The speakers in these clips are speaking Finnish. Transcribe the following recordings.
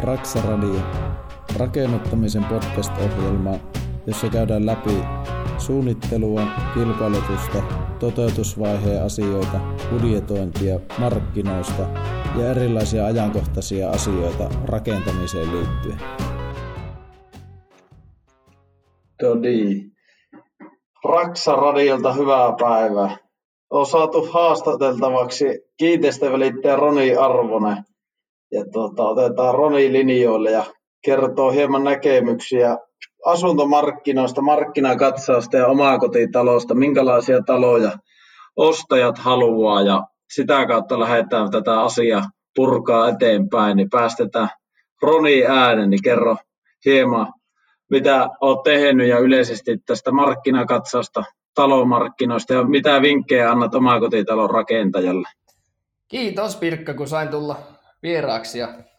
Raksa Radio, rakennuttamisen podcast-ohjelma, jossa käydään läpi suunnittelua, kilpailutusta, toteutusvaiheen asioita, budjetointia, markkinoista ja erilaisia ajankohtaisia asioita rakentamiseen liittyen. Raksa Radiolta hyvää päivää. On saatu haastateltavaksi kiinteistövälittäjä Roni Arvonen. Ja otetaan Roni linjoille ja kertoo hieman näkemyksiä asuntomarkkinoista, markkinakatsausta ja omakotitalosta, minkälaisia taloja ostajat haluaa, ja sitä kautta lähdetään tätä asiaa purkaa eteenpäin, niin päästetään Roni äänen, niin kerro hieman, mitä olet tehnyt ja yleisesti tästä markkinakatsausta, talomarkkinoista ja mitä vinkkejä annat omakotitalon rakentajalle. Kiitos Pirkka, kun sain tulla vieraaksi.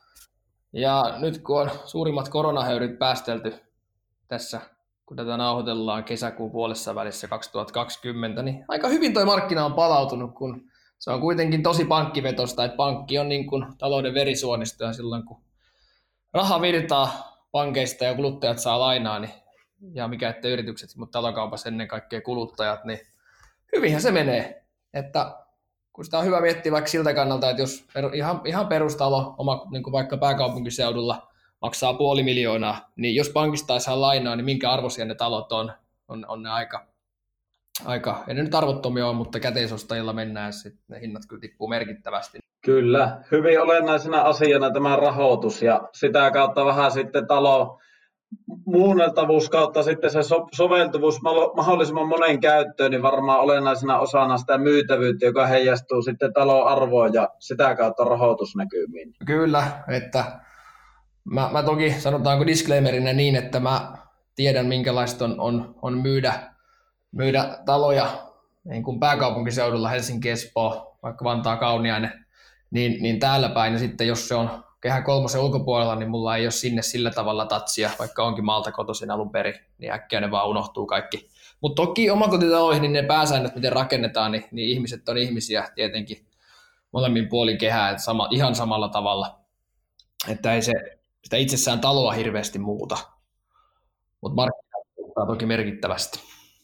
Ja nyt kun on suurimmat koronahöyryt päästelty tässä, kun tätä nauhoitellaan kesäkuun puolessa välissä 2020, niin aika hyvin toi markkina on palautunut, kun se on kuitenkin tosi pankkivetosta, että pankki on niin kuin talouden verisuonisto, ja silloin kun raha virtaa pankeista ja kuluttajat saa lainaa, niin, ja mikä ettei yritykset, mutta talokaupassa ennen kaikkea kuluttajat, niin hyvinhän se menee. Että kun sitä on hyvä miettiä vaikka siltä kannalta, että jos ihan perustalo, niin kuin vaikka pääkaupunkiseudulla, maksaa 500 000, niin jos pankista ei saa lainaa, niin minkä arvoisia ne talot on ne aika, ei ne nyt arvottomia ole, mutta käteisostajilla mennään, sitten ne hinnat kyllä tippuu merkittävästi. Kyllä, hyvin olennaisena asiana tämä rahoitus ja sitä kautta vähän sitten talo muunneltavuus kautta sitten se soveltuvuus mahdollisimman monen käyttöön, niin varmaan olennaisena osana sitä myytävyyttä, joka heijastuu sitten talon arvoon ja sitä kautta rahoitusnäkymiin. Kyllä, että mä toki sanotaanko disclaimerina niin, että mä tiedän minkälaista on myydä taloja niin kuin pääkaupunkiseudulla, Helsinki, Espoo, vaikka Vantaa, Kauniainen, niin täällä päin, ja sitten jos se on Kehä kolmosen ulkopuolella, niin mulla ei ole sinne sillä tavalla tatsia, vaikka onkin maalta kotoisin alun perin, niin äkkiä ne vaan unohtuu kaikki. Mutta toki omakotitaloihin niin ne pääsäännöt, miten rakennetaan, niin ihmiset on ihmisiä tietenkin molemmin puolin kehää, että ihan samalla tavalla. Että ei se sitä itsessään taloa hirveästi muuta, mutta markkinat muuttaa toki merkittävästi.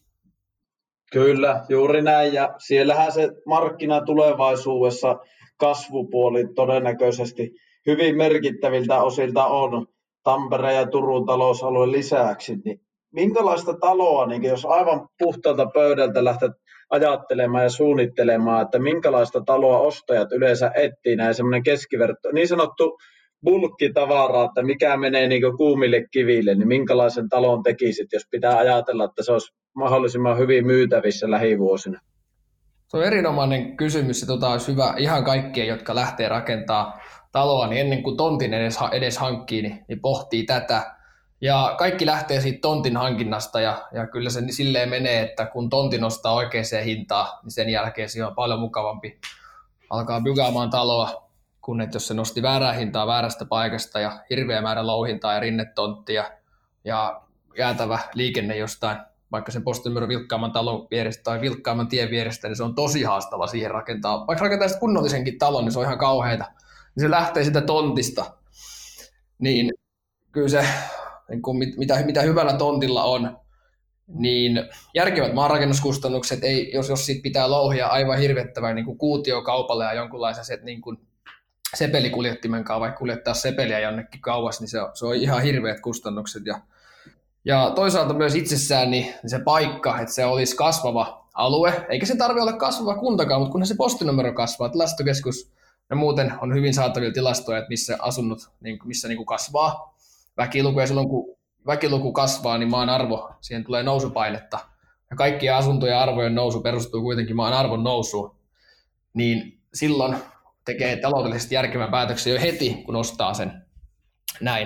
Kyllä, juuri näin, ja siellähän se markkina tulevaisuudessa kasvupuoli todennäköisesti hyvin merkittäviltä osilta on Tampereen ja Turun talousalueen lisäksi. Niin minkälaista taloa, niin jos aivan puhtaalta pöydältä lähtet ajattelemaan ja suunnittelemaan, että minkälaista taloa ostajat yleensä etsii, näin semmoinen keskiverto, niin sanottu bulkkitavara, että mikä menee niin kuumille kiville, niin minkälaisen talon tekisit, jos pitää ajatella, että se olisi mahdollisimman hyvin myytävissä lähivuosina? Se on erinomainen kysymys, ja olisi hyvä ihan kaikkien, jotka lähtee rakentamaan taloa, niin ennen kuin tontin edes hankkii, niin pohtii tätä. Ja kaikki lähtee siitä tontin hankinnasta, ja kyllä se silleen menee, että kun tontin nostaa oikeaan hintaan, niin sen jälkeen siinä on paljon mukavampi alkaa bygaamaan taloa, kun että jos se nosti väärää hintaa väärästä paikasta ja hirveä määrä louhintaa ja rinnetonttia ja jäätävä liikenne jostain, vaikka sen postinumeron vilkkaamman talon vierestä tai vilkkaamman tien vierestä, niin se on tosi haastava siihen rakentaa. Vaikka rakentaa sitten kunnollisenkin talon, niin se on ihan kauheata. Niin se lähtee sitä tontista. Niin kyllä se, niin mitä hyvällä tontilla on, niin järkevät maanrakennuskustannukset, jos siitä pitää louhia aivan hirvettävän niin kuutiokaupalle ja jonkunlaisen niin kuin sepelikuljettimen kanssa, vaikka kuljettaa sepeliä jonnekin kauas, niin se on ihan hirveät kustannukset. Ja toisaalta myös itsessään niin se paikka, että se olisi kasvava alue, eikä se tarvitse olla kasvava kuntakaan, mutta kunhan se postinumero kasvaa, tilastokeskus ja muuten on hyvin saatavilla tilastoja, että missä asunnot, missä niin kuin kasvaa väkiluku, ja silloin kun väkiluku kasvaa, niin maan arvo, siihen tulee nousupainetta, ja kaikkien asuntojen arvojen nousu perustuu kuitenkin maan arvon nousuun, niin silloin tekee taloudellisesti järkevän päätöksen jo heti, kun ostaa sen näin,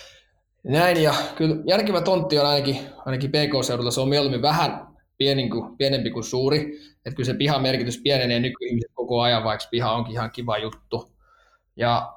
ja kyllä järkevä tontti on ainakin PK-seudulla, se on mieluummin vähän pienempi kuin suuri, että kyllä se pihan merkitys pienenee nykyihmiset koko ajan, vaikka piha onkin ihan kiva juttu. Ja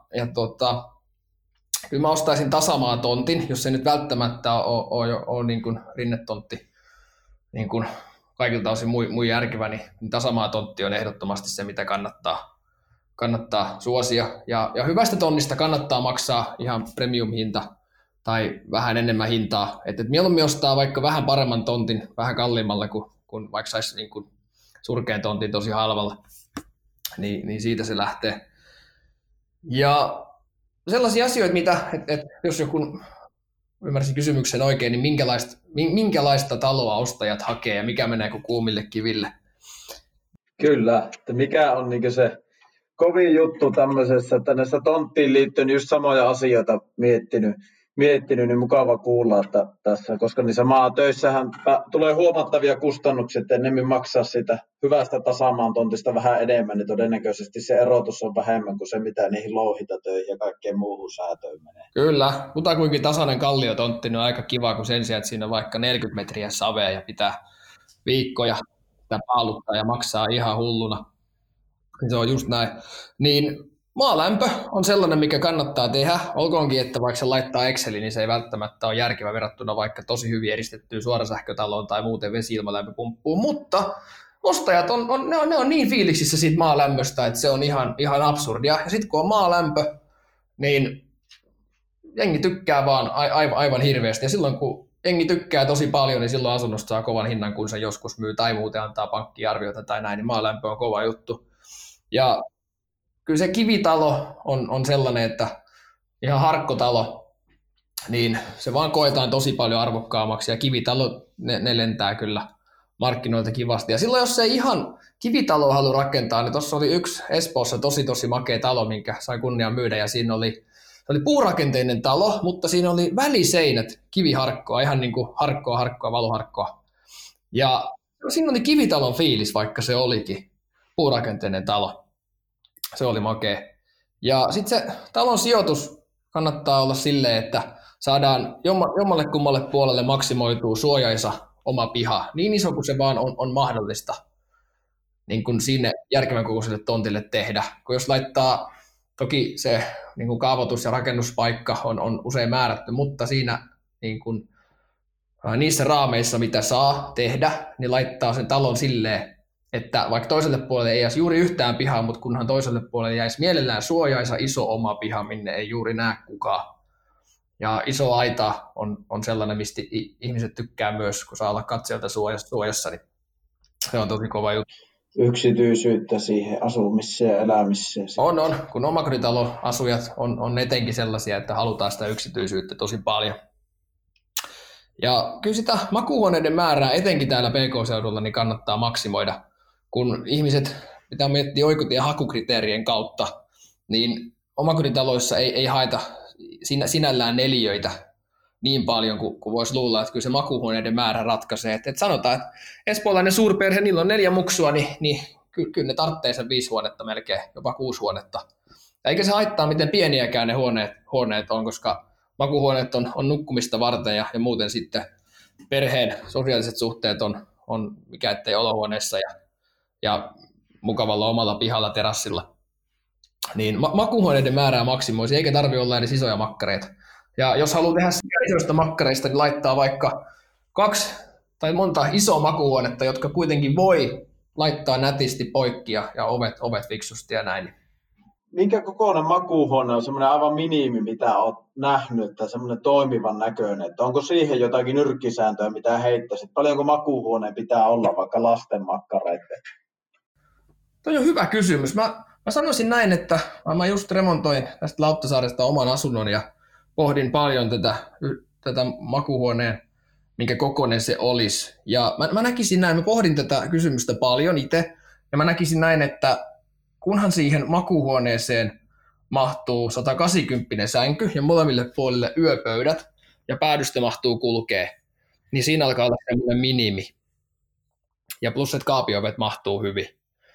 kyllä mä ostaisin tasamaan tontin, jos se nyt välttämättä ole niin kuin rinnetontti niin kuin kaikilta osin muu järkevä, niin tasamaa tontti on ehdottomasti se, mitä kannattaa kannattaa suosia. Ja hyvästä tonnista kannattaa maksaa ihan premium-hinta tai vähän enemmän hintaa. Et mieluummin ostaa vaikka vähän paremman tontin vähän kalliimmalla, kun vaikka saisi niin kuin surkean tontin tosi halvalla. Niin siitä se lähtee. Ja sellaisia asioita, mitä, jos joku ymmärsin kysymyksen oikein, niin minkälaista taloa ostajat hakee ja mikä menee kuin kuumille kiville? Kyllä, että mikä on niin se kovin juttu tämmöisessä, että näissä tonttiin liittyen just samoja asioita miettinyt, niin mukava kuulla että tässä, koska niissä maatöissähän tulee huomattavia kustannuksia, että ennemmin maksaa sitä hyvästä tasamaan tontista vähän enemmän, niin todennäköisesti se erotus on vähemmän kuin se, mitä niihin louhintatöihin ja kaikkeen muuhun säätöön menee. Kyllä, kutakuinkin tasainen kalliotontti niin on aika kiva, kun sen sijaan, että siinä on vaikka 40 metriä savea ja pitää viikkoja sitä paaluttaa ja maksaa ihan hulluna. Se on just näin. Niin maalämpö on sellainen, mikä kannattaa tehdä. Olkoonkin, että vaikka se laittaa Exceliin, niin se ei välttämättä ole järkevä verrattuna vaikka tosi hyvin eristettyyn suorasähkötaloon tai muuten vesi-ilmalämpöpumppuun, mutta ostajat ne on niin fiiliksissä siitä maalämmöstä, että se on ihan absurdia. Ja sitten kun on maalämpö, niin jengi tykkää vaan aivan hirveästi. Ja silloin kun jengi tykkää tosi paljon, niin silloin asunnosta saa kovan hinnan, kun se joskus myy tai muuten antaa pankkiarviota tai näin, niin maalämpö on kova juttu. Ja kyllä se kivitalo on sellainen, että ihan harkkotalo, niin se vaan koetaan tosi paljon arvokkaammaksi ja kivitalo, ne lentää kyllä markkinoilta kivasti. Ja silloin, jos ei ihan kivitalo halua rakentaa, niin tuossa oli yksi Espoossa tosi makea talo, minkä sai kunnian myydä ja siinä oli puurakenteinen talo, mutta siinä oli väliseinät kiviharkkoa, ihan niin kuin harkkoa, valoharkkoa. Ja siinä oli kivitalon fiilis, vaikka se olikin puurakenteinen talo. Se oli makea. Ja sitten se talon sijoitus kannattaa olla silleen, että saadaan jommalle kummalle puolelle maksimoituu suojaisa oma piha, niin iso kuin se vaan on mahdollista niin kuin sinne järkevän kokoiselle tontille tehdä. Kun jos laittaa, toki se niin kuin kaavoitus- ja rakennuspaikka on usein määrätty, mutta siinä niin kuin, niissä raameissa, mitä saa tehdä, niin laittaa sen talon silleen, että vaikka toiselle puolelle ei jäisi juuri yhtään pihaa, mutta kunhan toiselle puolelle jäisi mielellään suojaisa iso oma piha, minne ei juuri näe kukaan. Ja iso aita on sellainen, mistä ihmiset tykkää myös, kun saa olla katselta suojassa, niin se on tosi kova juttu. Yksityisyyttä siihen asumiseen ja elämiseen. On, kun omakotitaloasujat on etenkin sellaisia, että halutaan sitä yksityisyyttä tosi paljon. Ja kyllä sitä makuuhuoneiden määrää etenkin täällä PK-seudulla niin kannattaa maksimoida, kun ihmiset pitää miettiä oikotien hakukriteerien kautta, niin omakotitaloissa ei haeta sinällään neliöitä niin paljon kuin voisi luulla, että kyllä se makuuhuoneiden määrä ratkaisee. Et sanotaan, että espoolainen suurperhe, niillä on 4 muksua, niin kyllä ne tarvitsee sen 5 huonetta melkein, jopa 6 huonetta. Eikä se haittaa, miten pieniäkään ne huoneet on, koska makuuhuoneet on nukkumista varten ja muuten sitten perheen sosiaaliset suhteet on mikä ettei olohuoneessa ja mukavalla omalla pihalla terassilla. Niin makuuhuoneiden määrää maksimoisi, eikä tarvitse olla edes isoja makkareita. Ja jos haluaa tehdä isoista makkareista, niin laittaa vaikka 2 tai monta isoa makuuhuonetta, jotka kuitenkin voi laittaa nätisti poikki ja ovet fiksusti ja näin. Minkä kokoinen makuuhuone on semmoinen aivan minimi, mitä olet nähnyt, tai semmoinen toimivan näköinen? Että onko siihen jotakin nyrkkisääntöä, mitä heittäisit? Paljonko makuuhuoneen pitää olla vaikka lasten makkareiden? Toi on hyvä kysymys. Mä sanoisin näin, että mä just remontoin tästä Lauttasaaresta oman asunnon ja pohdin paljon tätä makuuhuoneen, minkä kokoinen se olisi. Ja mä näkisin näin, mä pohdin tätä kysymystä paljon itse, ja mä näkisin näin, että kunhan siihen makuuhuoneeseen mahtuu 180 sänky ja molemmille puolille yöpöydät ja päädystä mahtuu kulkee, niin siinä alkaa olla sellainen minimi. Ja plus, että kaapiovet mahtuu hyvin.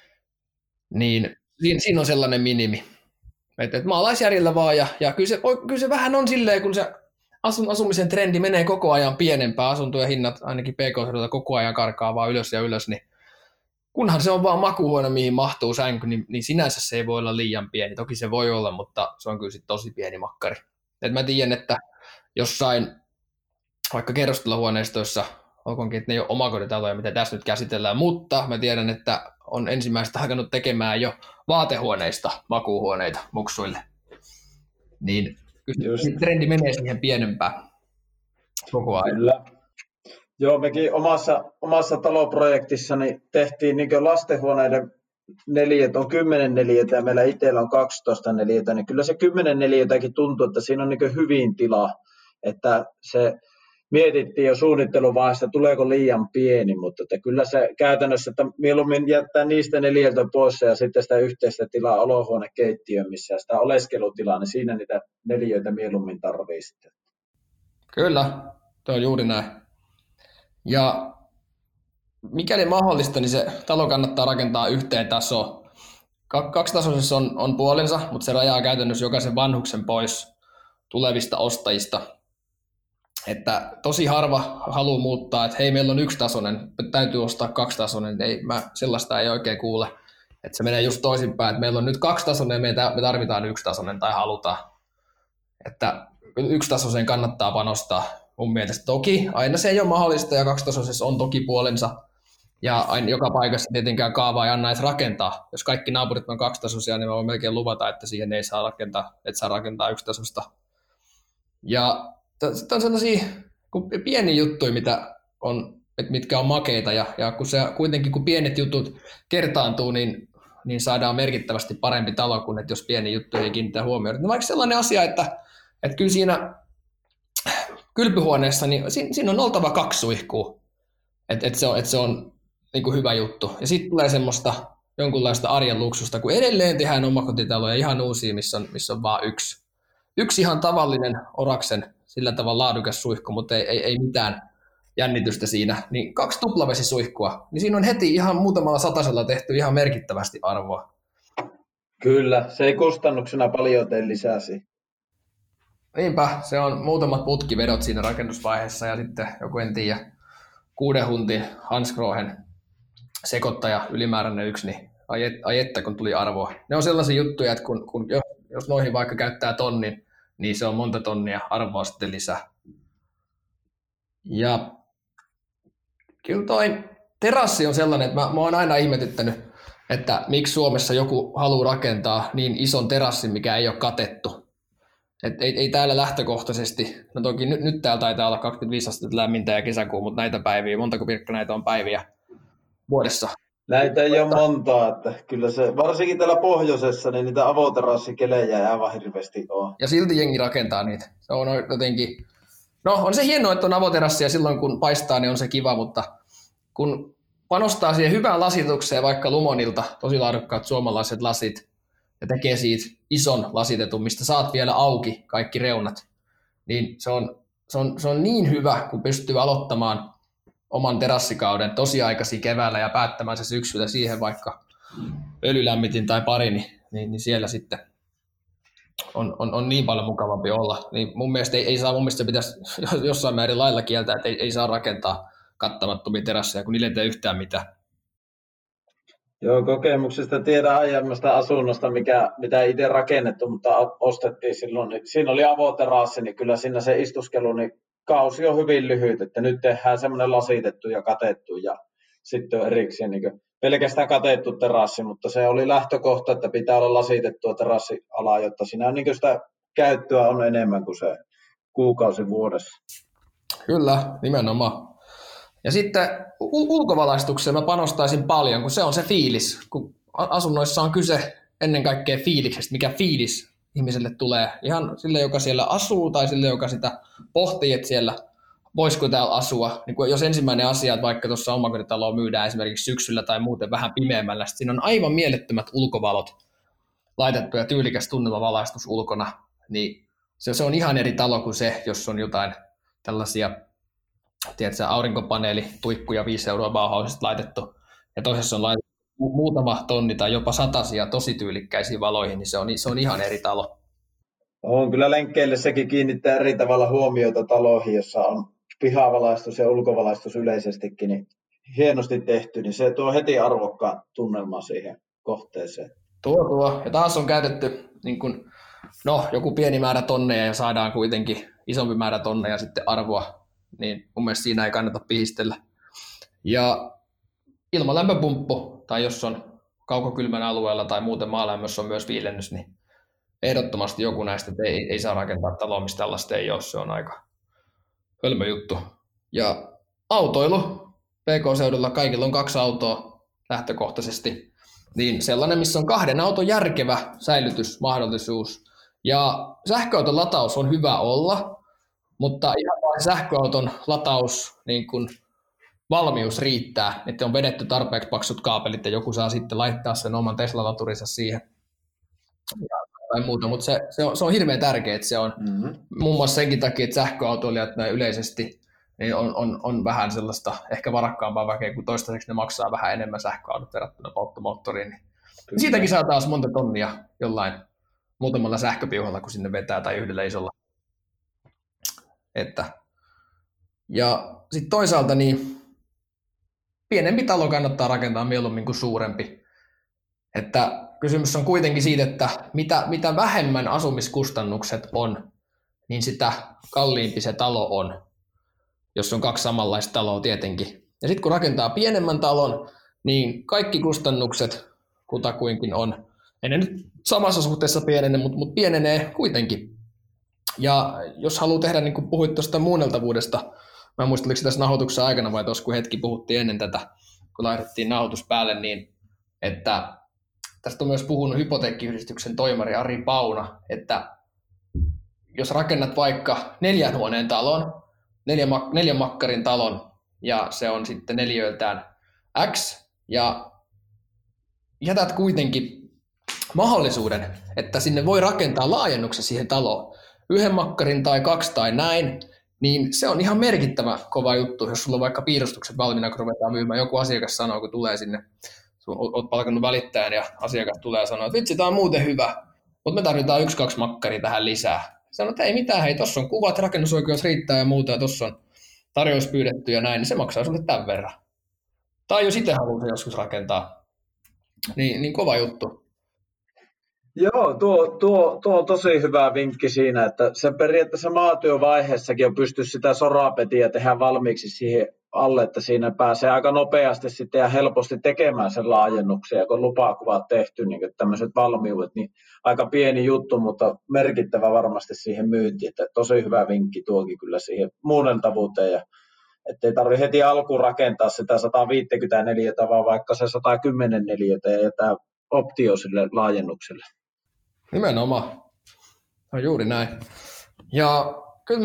Niin siinä on sellainen minimi. Et maalaisjärjellä vaan, ja kyllä se vähän on silleen, kun se asumisen trendi menee koko ajan pienempään, asuntojen hinnat ainakin PK-seudulla koko ajan karkaa vaan ylös ja ylös, niin kunhan se on vaan makuuhuone, mihin mahtuu sänky, niin sinänsä se ei voi olla liian pieni. Toki se voi olla, mutta se on kyllä sit tosi pieni makkari. Et mä tiedän, että jossain vaikka kerrostalohuoneistoissa olkoonkin, että ne ei ole omakotitaloja, mitä tässä nyt käsitellään, mutta mä tiedän, että on ensimmäistä alkanut tekemään jo vaatehuoneista makuuhuoneita muksuille. Niin trendi menee siihen pienempään koko ajan. Kyllä. Joo, mekin omassa taloprojektissani tehtiin niin lastenhuoneiden neliöt on 10 neliötä ja meillä itsellä on 12 neliötä, niin kyllä se 10 neliötäkin tuntuu, että siinä on niin hyvin tilaa, että se mietittiin jo suunnitteluvaiheessa, tuleeko liian pieni, mutta että kyllä se käytännössä, että mieluummin jättää niistä neliöltä pois ja sitten sitä yhteistä tilaa olohuonekeittiöön, missä sitä oleskelutilaa, niin siinä niitä neliöitä mieluummin tarvii sitten. Kyllä, se on juuri näin. Ja mikäli mahdollista, niin se talo kannattaa rakentaa yhteen tasoon. Kaksitasoisessa on puolensa, mutta se rajaa käytännössä jokaisen vanhuksen pois tulevista ostajista. Että tosi harva haluaa muuttaa, että hei, meillä on yksitasoinen, täytyy ostaa kaksitasoinen. Sellaista ei oikein kuule. Että se menee just toisinpäin, että meillä on nyt kaksitasoinen ja me tarvitaan yksitasoinen tai halutaan. Että yksitasoiseen kannattaa panostaa mun mielestä. Toki aina se ei ole mahdollista ja kaksitasoisessa on toki puolensa. Ja aina joka paikassa tietenkään kaavaa ei anna edes rakentaa. Jos kaikki naapurit on kaksitasoisia, niin mä voin melkein luvata, että siihen ei saa rakentaa, et saa rakentaa yksitasoista. Ja sitten on sellaisia pieniä juttuja, mitkä on makeita, ja kun pienet jutut kertaantuu, niin saadaan merkittävästi parempi talo kuin että jos pieni juttu ei kiinnitä huomioon. No vaikka sellainen asia, että kyllä siinä kylpyhuoneessa niin siinä on oltava 2 suihkua, että se on niin kuin hyvä juttu. Ja sitten tulee semmoista jonkunlaista arjen luksusta, kun edelleen tehdään omakotitaloja ihan uusia, missä on vaan yksi ihan tavallinen Oraksen sillä tavalla laadukas suihku, mutta ei mitään jännitystä siinä. Niin 2 tuplavesisuihkua, niin siinä on heti ihan muutamalla satasella tehty ihan merkittävästi arvoa. Kyllä, se ei kustannuksena paljon tee lisäsi. Niinpä, se on muutamat putkivedot siinä rakennusvaiheessa ja sitten joku en tiedä, 6 huntin Hansgrohen sekoittaja ylimääräinen 1, niin ai että kun tuli arvoa. Ne on sellaisia juttuja, että jos noihin vaikka käyttää tonnin, niin se on monta tonnia arvoa sitten lisää. Ja kyllä toi terassi on sellainen, että mä oon aina ihmetyttänyt, että miksi Suomessa joku haluaa rakentaa niin ison terassin, mikä ei ole katettu. Ei täällä lähtökohtaisesti, no toki nyt täällä taitaa olla 25 astetta lämmintä ja kesäkuun, mutta näitä päiviä, montako Pirkka näitä on päiviä vuodessa? Näitä ei ole montaa, että kyllä se, varsinkin täällä pohjoisessa, niin niitä avoterassikelejä ei aivan hirveästi ole. Ja silti jengi rakentaa niitä. Se on jotenkin, no on se hienoa, että on avoterassi ja silloin kun paistaa, niin on se kiva, mutta kun panostaa siihen hyvään lasitukseen vaikka Lumonilta, tosi laadukkaat suomalaiset lasit, ja tekee siitä ison lasitetun, mistä saat vielä auki kaikki reunat, niin se on niin hyvä, kun pystyy aloittamaan oman terassikauden tosi aikaisin keväällä ja päättämään se syksyllä siihen vaikka öljylämmitin tai pari, niin siellä sitten on niin paljon mukavampi olla. Niin mun mielestä se pitäisi jossain määrin lailla kieltää, että ei saa rakentaa kattamattomia terasseja, kun niille ei tee yhtään mitään. Joo, kokemuksesta tiedän aiemmasta asunnosta, mitä itse rakennettu, mutta ostettiin silloin. Niin siinä oli avoterassi, niin kyllä siinä se istuskelu, niin kausi on hyvin lyhyt, että nyt tehdään semmoinen lasitettu ja katettu ja sitten on erikseen niin pelkästään katettu terassi, mutta se oli lähtökohta, että pitää olla lasitettua terassialaa, jotta siinä niin sitä käyttöä on enemmän kuin se kuukausi vuodessa. Kyllä, nimenomaan. Ja sitten ulkovalaistukseen mä panostaisin paljon, kun se on se fiilis, kun asunnoissa on kyse ennen kaikkea fiiliksestä, mikä fiilis ihmiselle tulee ihan sille, joka siellä asuu tai sille, joka sitä pohtii, että siellä voisiko täällä asua. Niin jos ensimmäinen asia, että vaikka tuossa omakotitaloa myydään esimerkiksi syksyllä tai muuten vähän pimeämmällä, siinä on aivan mielettömät ulkovalot laitettu ja tyylikäs tunnelmavalaistus ulkona, niin se on ihan eri talo kuin se, jos on jotain tällaisia aurinkopaneelituikkuja 5 € Bauhausista laitettu ja toisessa on laitettu muutama tonni tai jopa satasia tosi tyylikkäisiin valoihin, niin se on ihan eri talo. On kyllä lenkkeille sekin kiinnittää eri tavalla huomiota taloihin, jossa on pihavalaistus ja ulkovalaistus yleisestikin niin hienosti tehty, niin se tuo heti arvokkaan tunnelmaa siihen kohteeseen. Tuo. Ja taas on käytetty niin joku pieni määrä tonneja ja saadaan kuitenkin isompi määrä tonneja sitten arvoa niin mun mielestä siinä ei kannata pihistellä. Ja ilmalämpöpumppu, tai jos on kaukokylmän alueella tai muuten maalämmössä on myös viilennys, niin ehdottomasti joku näistä ei saa rakentaa taloa, missä tällaista ei ole. Se on aika hölmö juttu. Ja autoilu, PK-seudulla kaikilla on 2 autoa lähtökohtaisesti, niin sellainen, missä on 2 auton järkevä säilytysmahdollisuus. Ja sähköauton lataus on hyvä olla, mutta ihan vain sähköauton lataus niin kun valmius riittää, että on vedetty tarpeeksi paksut kaapelit ja joku saa sitten laittaa sen oman Tesla-laturinsa siihen tai muuta, mutta se on hirveän tärkeää, että se on muun muassa senkin takia, että sähköautoilijat näin yleisesti niin on vähän sellaista ehkä varakkaampaa väkeä, kun toistaiseksi ne maksaa vähän enemmän sähköautot verrattuna polttomoottoriin. Niin siitäkin saa taas monta tonnia jollain muutamalla sähköpiuhalla, kun sinne vetää tai yhdellä isolla. Ja sitten toisaalta niin pienempi talo kannattaa rakentaa mieluummin kuin suurempi. Että kysymys on kuitenkin siitä, että mitä vähemmän asumiskustannukset on, niin sitä kalliimpi se talo on, jos on 2 samanlaista taloa tietenkin. Ja sitten kun rakentaa pienemmän talon, niin kaikki kustannukset kutakuinkin on, ei ne nyt samassa suhteessa pienene, mutta pienenee kuitenkin. Ja jos haluaa tehdä, niin kuin puhuit tuosta muunneltavuudesta, mä en muista, oliko tässä nauhoituksen aikana vai tuossa kun hetki puhuttiin ennen tätä, kun laitettiin nauhoitus päälle, niin että tästä on myös puhunut hypoteekkiyhdistyksen toimari Ari Pauna, että jos rakennat vaikka 4 huoneen talon, 4 makkarin talon, ja se on sitten neliöiltään X, ja jätät kuitenkin mahdollisuuden, että sinne voi rakentaa laajennuksen siihen taloon, 1 makkarin tai 2 tai näin, niin se on ihan merkittävä kova juttu, jos sulla on vaikka piirustukset valmiina, kun ruvetaan myymään. Joku asiakas sanoo, kun tulee sinne, olet palkannut välittäjän ja asiakas tulee ja sanoo, että vitsi, tämä on muuten hyvä, mutta me tarvitaan 1-2 makkaria tähän lisää. Sanoo, että ei mitään, hei, tuossa on kuvat, rakennusoikeus riittää ja muuta, ja tuossa on tarjous pyydetty ja näin, niin se maksaa sulle tämän verran. Tai jos itse haluaa joskus rakentaa, niin kova juttu. Joo, tuo on tosi hyvä vinkki siinä, että sen periaatteessa maatyövaiheessakin on pysty sitä sorapetiä tehdä valmiiksi siihen alle, että siinä pääsee aika nopeasti sitten ja helposti tekemään sen laajennuksen, ja kun lupakuvat tehty, niin tämmöiset valmiudet, niin aika pieni juttu, mutta merkittävä varmasti siihen myyntiin, että tosi hyvä vinkki tuokin kyllä siihen muunneltavuuteen, ja ettei tarvitse heti alkuun rakentaa sitä 154, vaan vaikka se 110 ja jättää optio sille laajennukselle. Nimenomaan. No juuri näin. Ja kyllä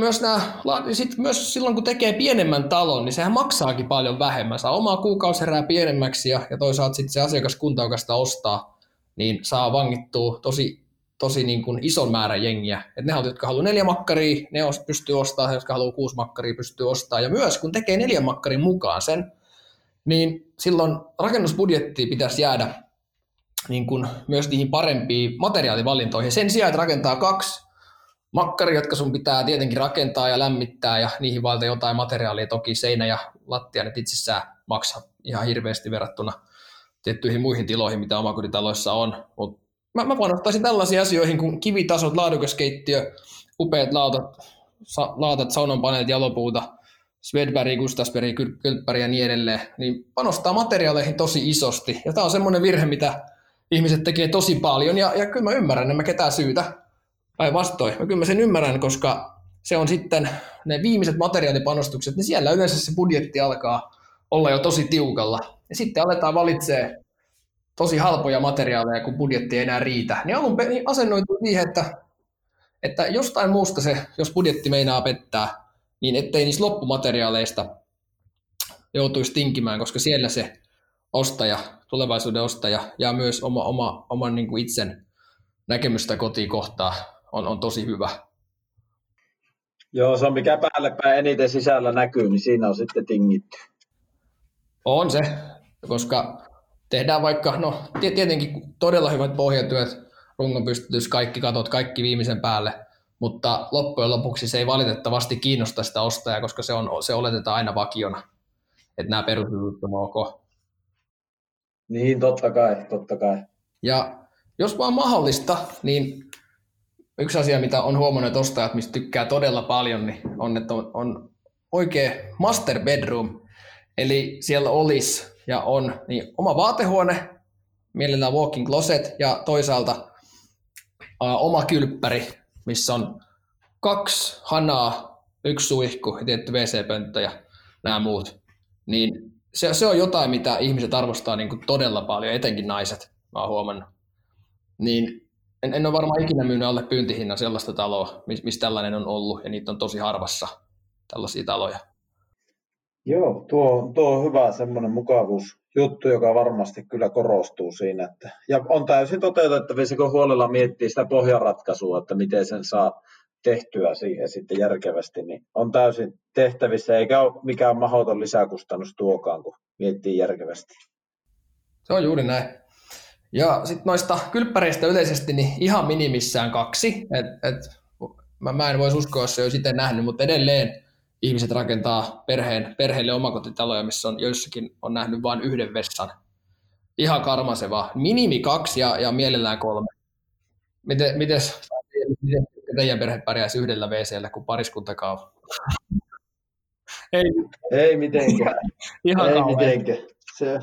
myös silloin, kun tekee pienemmän talon, niin sehän maksaakin paljon vähemmän. Saa omaa kuukausierää pienemmäksi ja toisaalta sitten se asiakaskunta, joka sitä ostaa, niin saa vangittua tosi niin kuin ison määrän jengiä. Et ne, jotka haluaa 4 makkaria, ne pystyy ostamaan, jotka haluaa 6 makkaria, pystyy ostamaan. Ja myös kun tekee 4 makkarin mukaan sen, niin silloin rakennusbudjettiin pitäisi jäädä niin kuin myös niihin parempiin materiaalivalintoihin. Sen sijaan, että rakentaa 2 makkaria, jotka sun pitää tietenkin rakentaa ja lämmittää, ja niihin valita jotain materiaalia, toki seinä ja lattia, ne itsessään maksaa ihan hirveästi verrattuna tiettyihin muihin tiloihin, mitä omakotitaloissa on. Mut mä panostaisin tällaisiin asioihin kuin kivitasot, laadukas keittiö, upeat laatat, saunanpaneelit, jalopuuta, Swedberg, Gustasberg, Kylppäri ja niin edelleen, niin panostaa materiaaleihin tosi isosti. Ja tämä on semmoinen virhe, mitä ihmiset tekee tosi paljon, ja kyllä mä ymmärrän, en mä ketään syytä. Päinvastoin. Kyllä mä sen ymmärrän, koska se on sitten ne viimeiset materiaalipanostukset, niin siellä yleensä se budjetti alkaa olla jo tosi tiukalla. Ja sitten aletaan valitsemaan tosi halpoja materiaaleja, kun budjetti ei enää riitä. Niin asennoituu siihen, että jostain muusta se, jos budjetti meinaa pettää, niin ettei niistä loppumateriaaleista joutuisi tinkimään, koska siellä se ostaja, tulevaisuuden ostaja ja myös oman niin kuin itsen näkemystä kotiin kohtaa on tosi hyvä. Joo, se on mikä päälle päin eniten sisällä näkyy, niin siinä on sitten tingitty. On se, koska tehdään vaikka, tietenkin todella hyvät pohjatyöt, rungonpystytys, kaikki katot, kaikki viimeisen päälle, mutta loppujen lopuksi se ei valitettavasti kiinnosta sitä ostajaa, koska se oletetaan aina vakiona, että nämä perusjutut on ok. Niin, totta kai. Ja jos vaan mahdollista, niin yksi asia, mitä on huomannut, että ostajat, mistä tykkää todella paljon, niin on, että on oikea master bedroom, eli siellä olisi ja on niin oma vaatehuone, mielellään walk-in closet ja toisaalta oma kylppäri, missä on 2 hanaa, 1 suihku ja tietty WC-pönttö ja nämä muut. Niin se on jotain, mitä ihmiset arvostaa niin kuin todella paljon, etenkin naiset, mä oon huomannut. Niin en ole varmaan ikinä myynyt alle pyyntihinnan sellaista taloa, missä tällainen on ollut, ja niitä on tosi harvassa tällaisia taloja. Joo, tuo on hyvä semmoinen mukavuusjuttu, joka varmasti kyllä korostuu siinä. Ja on täysin toteutettavissa, kun huolella miettii sitä pohjaratkaisua, että miten sen saa tehtyä siihen sitten järkevästi, niin on täysin tehtävissä, eikä ole mikään mahdoton lisäkustannus tuokaan, kun miettii järkevästi. Se on juuri näin. Ja sitten noista kylppäreistä yleisesti niin ihan minimissään 2. Mä en voisi uskoa, jos se olisi itse nähnyt, mutta edelleen ihmiset rakentaa perheelle omakotitaloja, missä on joissakin on nähnyt vain 1 vessan. Ihan karmaseva. Minimi 2 ja mielellään 3. Miten teidän perhe pärjäisi 1 WC:llä, kun pariskuntakaan on? Ei mitenkään. Ihan ei kauhean. mitenkään. Se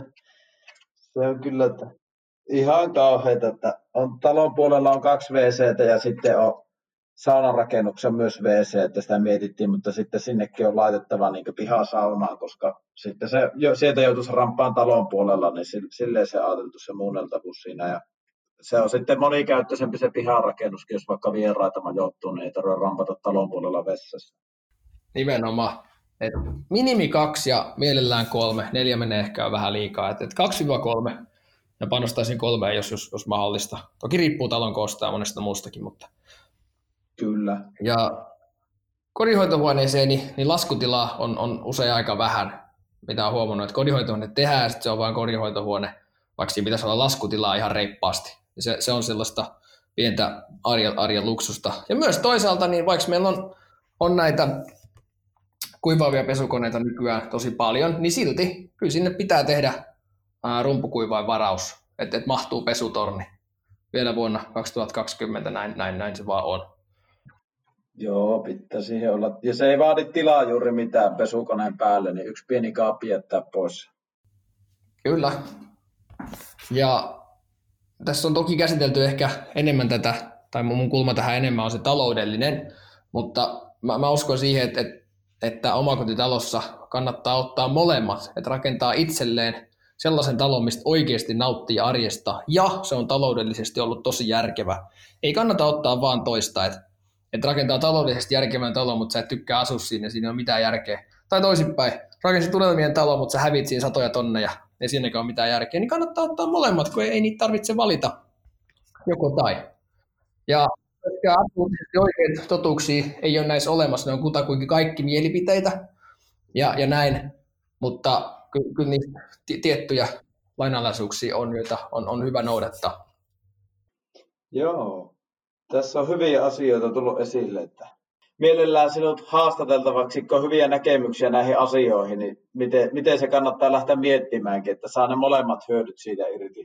on kyllä ihan kauheata, että talon puolella on 2 WC:tä ja sitten on saunarakennuksen myös WC, että sitä mietittiin, mutta sitten sinnekin on laitettava niin pihasaunaa, koska sitten sieltä joutuisi rampaan talon puolella, niin silleen se ajateltu se muunneltavuus siinä. Ja se on sitten monikäyttöisempi se piharakennuskin, jos vaikka vieraita majoittuu, niin ei tarvitse rampata talon puolella vessassa. Nimenomaan. Et minimi 2 ja mielellään 3. 4 menee ehkä vähän liikaa. Et 2-3 ja panostaisin 3, jos mahdollista. Toki riippuu talon koosta ja monesta muustakin, mutta kyllä. Ja kodinhoitohuoneeseen niin laskutilaa on usein aika vähän, mitä on huomannut, että kodinhoitohuone tehdään ja sitten se on vain kodinhoitohuone, vaikka siinä pitäisi olla laskutilaa ihan reippaasti. Se on sellaista pientä arjen luksusta. Ja myös toisaalta, niin vaikka meillä on näitä kuivaavia pesukoneita nykyään tosi paljon, niin silti kyllä sinne pitää tehdä rumpukuivain varaus, että mahtuu pesutorni. Vielä vuonna 2020 näin se vaan on. Joo, pitää siihen olla. Ja se ei vaadi tilaa juuri mitään pesukoneen päälle, niin 1 pieni kaappi jättää pois. Kyllä. Ja tässä on toki käsitelty ehkä enemmän tätä, tai mun kulma tähän enemmän on se taloudellinen, mutta mä uskon siihen, että omakotitalossa kannattaa ottaa molemmat, että rakentaa itselleen sellaisen talon, mistä oikeasti nauttii arjesta, ja se on taloudellisesti ollut tosi järkevä. Ei kannata ottaa vaan toista, että rakentaa taloudellisesti järkevän talon, mutta sä et tykkää asua siinä ei ole mitään järkeä. Tai toisinpäin, rakensit unelmien talon, mutta sä hävit siinä satoja tonneja, ei siinäkään ole mitään järkeä, niin kannattaa ottaa molemmat, kun ei niitä tarvitse valita joko tai. Ja absoluuttisesti oikeita totuuksia ei ole näissä olemassa, ne on kutakuinkin kaikki mielipiteitä ja näin, mutta kyllä niitä tiettyjä lainalaisuuksia on, joita on hyvä noudattaa. Joo, tässä on hyviä asioita tullut esille, että mielellään sinut haastateltavaksi, kun on hyviä näkemyksiä näihin asioihin, niin miten se kannattaa lähteä miettimäänkin, että saa ne molemmat hyödyt siitä irti.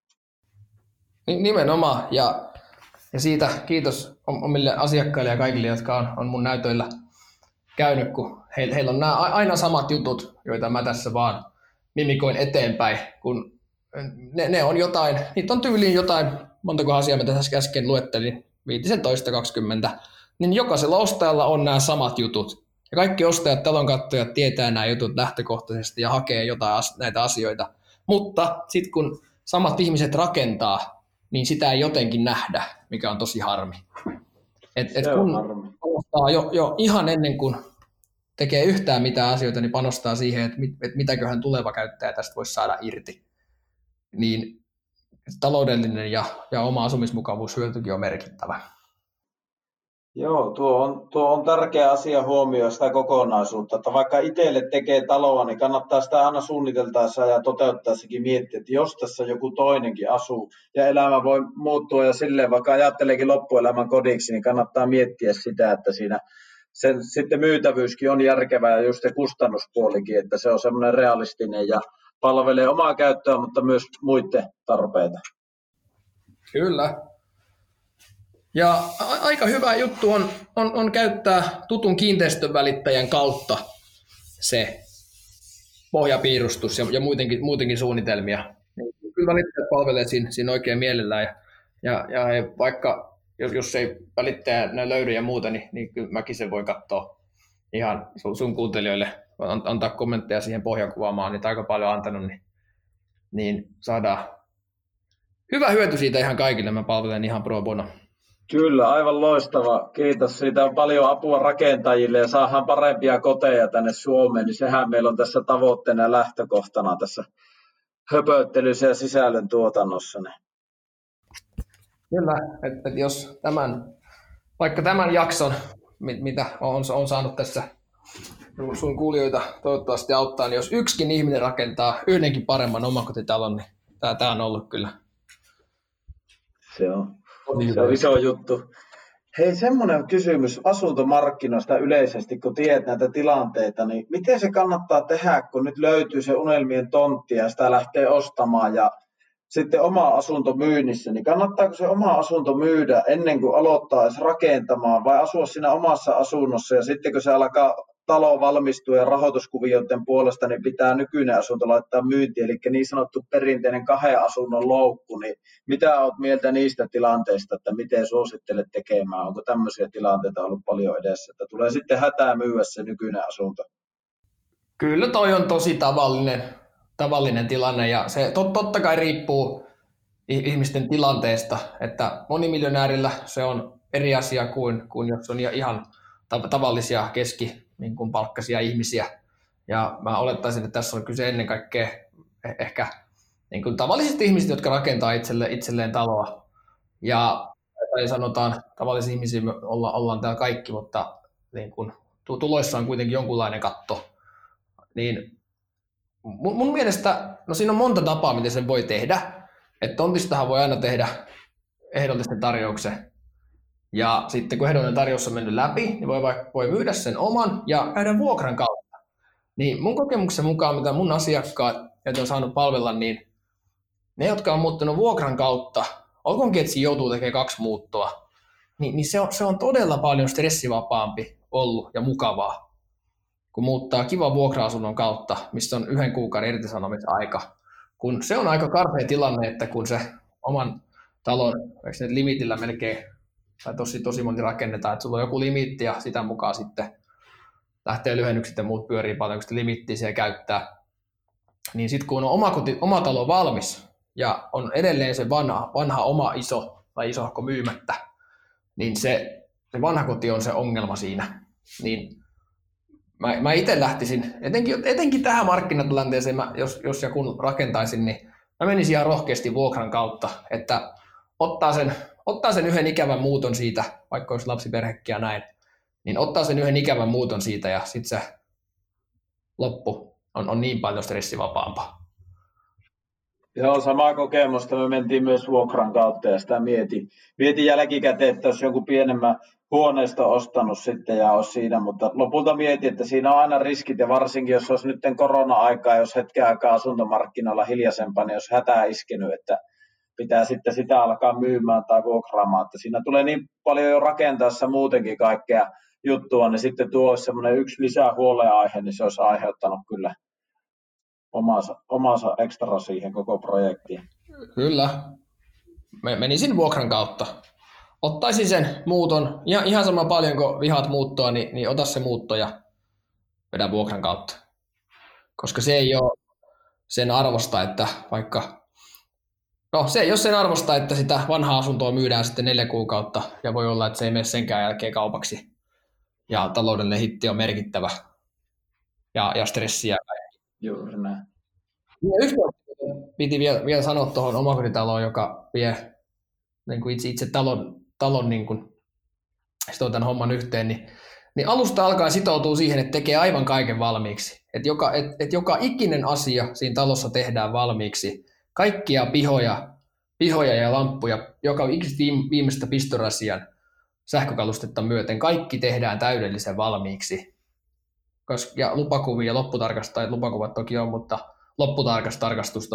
Nimenomaan, ja siitä kiitos omille asiakkaille ja kaikille, jotka on mun näytöillä käynyt, kun heillä on nämä aina samat jutut, joita mä tässä vaan mimikoin eteenpäin, kun ne on jotain, niitä on tyyliin jotain, montako asiaa mä tässä äsken luettelin, 15-20, niin jokaisella ostajalla on nämä samat jutut. Ja kaikki ostajat, talonkatsojat tietää nämä jutut lähtökohtaisesti ja hakee jotain näitä asioita. Mutta sitten kun samat ihmiset rakentaa, niin sitä ei jotenkin nähdä, mikä on tosi harmi. Kun panostaa jo ihan ennen kuin tekee yhtään mitään asioita, niin panostaa siihen, että mitäköhän tuleva käyttäjä tästä voisi saada irti. Niin taloudellinen ja oma asumismukavuushyötykin on merkittävä. Joo, tuo on tärkeä asia huomioida sitä kokonaisuutta, että vaikka itselle tekee taloa, niin kannattaa sitä aina suunniteltaessa ja toteuttaessakin miettiä, että jos tässä joku toinenkin asuu ja elämä voi muuttua ja silleen, vaikka ajatteleekin loppuelämän kodiksi, niin kannattaa miettiä sitä, että siinä sen sitten myytävyyskin on järkevää ja just se kustannuspuolikin, että se on semmoinen realistinen ja palvelee omaa käyttöä, mutta myös muiden tarpeita. Kyllä. Ja aika hyvä juttu on käyttää tutun kiinteistönvälittäjän kautta se pohjapiirustus ja muutenkin suunnitelmia. Niin kyllä välittäjät palvelee siinä oikein mielellään ja vaikka jos ei välittäjä löydy ja muuta, niin kyllä mäkin sen voi katsoa ihan sun kuuntelijoille, antaa kommentteja siihen pohjakuvaamaan, niitä aika paljon antanut, niin saadaan hyvä hyöty siitä ihan kaikille. Mä palvelen ihan pro bono. Kyllä, aivan loistava. Kiitos. Siitä on paljon apua rakentajille ja saadaan parempia koteja tänne Suomeen, niin sehän meillä on tässä tavoitteena ja lähtökohtana tässä höpöttelyssä ja sisällön tuotannossa. Kyllä, että jos vaikka tämän jakson, mitä on saanut tässä sun kuulijoita toivottavasti auttaa, niin jos yksikin ihminen rakentaa yhdenkin paremman omakotitalon, niin tämä on ollut kyllä. Se on iso juttu. Hei, semmoinen kysymys asuntomarkkinoista yleisesti, kun tiedät näitä tilanteita, niin miten se kannattaa tehdä, kun nyt löytyy se unelmien tontti ja sitä lähtee ostamaan ja sitten oma asunto myynnissä, niin kannattaako se oma asunto myydä ennen kuin aloittaa edes rakentamaan vai asua siinä omassa asunnossa ja sitten kun se alkaa talo valmistua ja rahoituskuvioiden puolesta, niin pitää nykyinen asunto laittaa myyntiin, eli niin sanottu perinteinen 2 asunnon loukku, niin mitä olet mieltä niistä tilanteista, että miten suosittelet tekemään, onko tämmöisiä tilanteita ollut paljon edessä, että tulee sitten hätää myyä se nykyinen asunto? Kyllä toi on tosi tavallinen tilanne ja se totta kai riippuu ihmisten tilanteesta, että monimiljonäärillä se on eri asia kuin jos on ihan tavallisia niin kuin palkkaisia ihmisiä. Ja mä olettaisin, että tässä on kyse ennen kaikkea ehkä niin kuin tavallisista ihmisistä, jotka rakentaa itselleen taloa. Tai sanotaan, tavallisia ihmisiä ollaan täällä kaikki, mutta niin kuin, tuloissa on kuitenkin jonkunlainen katto. Niin mun mielestä, no siinä on monta tapaa, miten sen voi tehdä. Että tontistahan voi aina tehdä ehdollisen tarjouksen. Ja sitten kun ehdollinen tarjous on mennyt läpi, niin voi myydä sen oman ja käydä vuokran kautta. Niin mun kokemuksen mukaan, mitä mun asiakkaat, joita on saanut palvella, niin ne, jotka on muuttunut vuokran kautta, olkoonkin, että siinä joutuu tekemään 2 muuttoa, niin se on todella paljon stressivapaampi ollut ja mukavaa, kun muuttaa kivan vuokra-asunnon kautta, missä on 1 kuukauden irtisanomisaika. Kun se on aika karmea tilanne, että kun se oman talon limitillä melkein, tai tosi moni rakennetaan, että sulla on joku limiitti ja sitä mukaan sitten lähtee lyhennykset ja muut pyörii paljon, kun sitä limittiä siellä käyttää. Niin sitten kun on oma talo valmis ja on edelleen se vanha oma iso tai isohko myymättä, niin se vanha koti on se ongelma siinä. Niin mä itse lähtisin, etenkin tähän markkinatilanteeseen, jos ja kun rakentaisin, niin mä menisin ihan rohkeasti vuokran kautta, että ottaa sen 1 ikävän muuton siitä, vaikka olisi lapsiperhekkiä näin, niin ottaa sen 1 ikävän muuton siitä ja sitten se loppu on niin paljon stressivapaampaa. Joo, samaa kokemusta. Me mentiin myös vuokran kautta ja sitä mietin jälkikäteen, että olisi jonkun pienemmän huoneesta ostanut sitten ja olisi siinä, mutta lopulta mietin, että siinä on aina riskit ja varsinkin jos olisi nyt korona-aikaa, jos hetken aikaa asuntomarkkinoilla hiljaisempaa, niin olisi hätää iskenyt, että pitää sitten sitä alkaa myymään tai vuokraamaan, että siinä tulee niin paljon jo rakentaessa muutenkin kaikkea juttua, niin sitten tuo olisi semmoinen yksi lisää huolenaihe, niin se olisi aiheuttanut kyllä omansa ekstra siihen koko projektiin. Kyllä. Menisin vuokran kautta. Ottaisin sen muuton, ihan sama paljon kuin vihaat muuttoa, niin ota se muutto ja vedä vuokran kautta. Koska se ei ole sen arvosta, että vaikka... No, se ei ole sen arvosta, että sitä vanhaa asuntoa myydään sitten 4 kuukautta ja voi olla, että se ei mene senkään jälkeen kaupaksi. Ja taloudellinen hitti on merkittävä ja stressiä. Juuri näin. Ja yksi piti vielä sanoa tuohon omakotitaloon, joka vie niin kuin itse talon niin kuin, sitoo tämän homman yhteen, niin alusta alkaen sitoutuu siihen, että tekee aivan kaiken valmiiksi. Että joka ikinen asia siinä talossa tehdään valmiiksi. Kaikkia pihoja ja lamppuja, joka viimeistä pistorasian sähkökalustetta myöten, kaikki tehdään täydellisen valmiiksi. Ja lupakuvia, lupakuvat toki on, mutta lopputarkastusta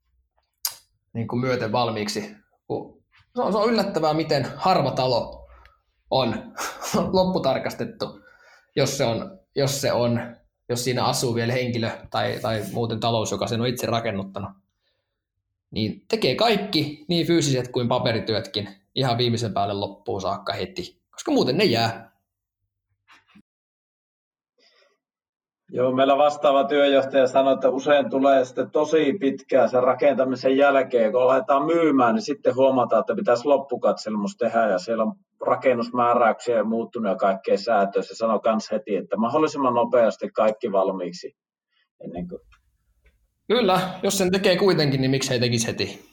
niin kuin myöten valmiiksi. Se on yllättävää, miten harva talo on lopputarkastettu, jos se on jos siinä asuu vielä henkilö tai muuten talous, joka sen on itse rakennuttanut, niin tekee kaikki, niin fyysiset kuin paperityötkin, ihan viimeisen päälle loppuun saakka heti, koska muuten ne jää. Joo, meillä vastaava työjohtaja sanoi, että usein tulee sitten tosi pitkään sen rakentamisen jälkeen, kun aletaan myymään, niin sitten huomataan, että pitäisi loppukatselmus tehdä ja siellä on rakennusmääräyksiä ja muuttunut ja kaikkea säätöä. Se sanoi myös heti, että mahdollisimman nopeasti kaikki valmiiksi ennen kuin... Kyllä, jos sen tekee kuitenkin, niin miksei tekisi heti.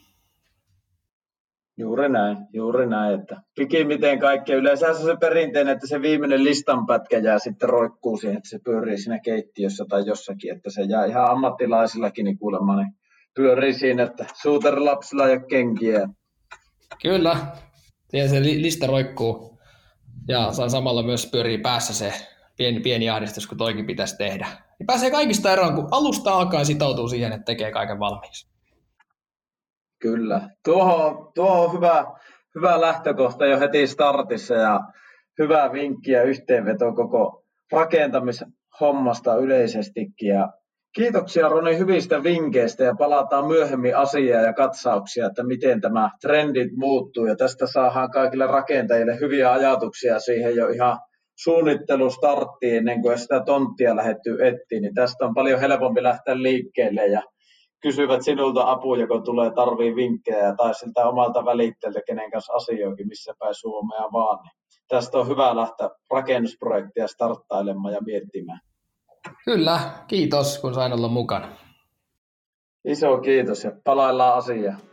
Juuri näin, että pikimmiten kaikkea. Yleensä se on se perinteinen, että se viimeinen listanpätkä jää sitten roikkuu siihen, että se pyörii siinä keittiössä tai jossakin, että se jää ihan ammattilaisillakin niin kuulemma, niin pyörii siinä, että suutarilapsilla ei ole kenkiä. Kyllä, ja se lista roikkuu ja samalla myös pyörii päässä se pieni ahdistus, kun toikin pitäisi tehdä. Niin pääsee kaikista eroon, kun alusta alkaen sitoutuu siihen, että tekee kaiken valmiiksi. Kyllä. Tuo on hyvä lähtökohta jo heti startissa ja hyvä vinkki ja yhteenveto koko rakentamishommasta yleisestikin. Ja kiitoksia Roni hyvistä vinkkeistä ja palataan myöhemmin asiaa ja katsauksia, että miten tämä trendit muuttuu. Ja tästä saadaan kaikille rakentajille hyviä ajatuksia siihen jo ihan suunnittelustarttiin ennen kuin sitä tonttia lähdetty etsiin. Niin tästä on paljon helpompi lähteä liikkeelle ja kysyvät sinulta apua, kun tarvii vinkkejä tai siltä omalta välittäjältä, kenen kanssa asioikin, missä päin Suomea vaan. Niin tästä on hyvä lähteä rakennusprojektia starttailemaan ja miettimään. Kyllä, kiitos kun sain olla mukana. Iso kiitos ja palaillaan asiaan.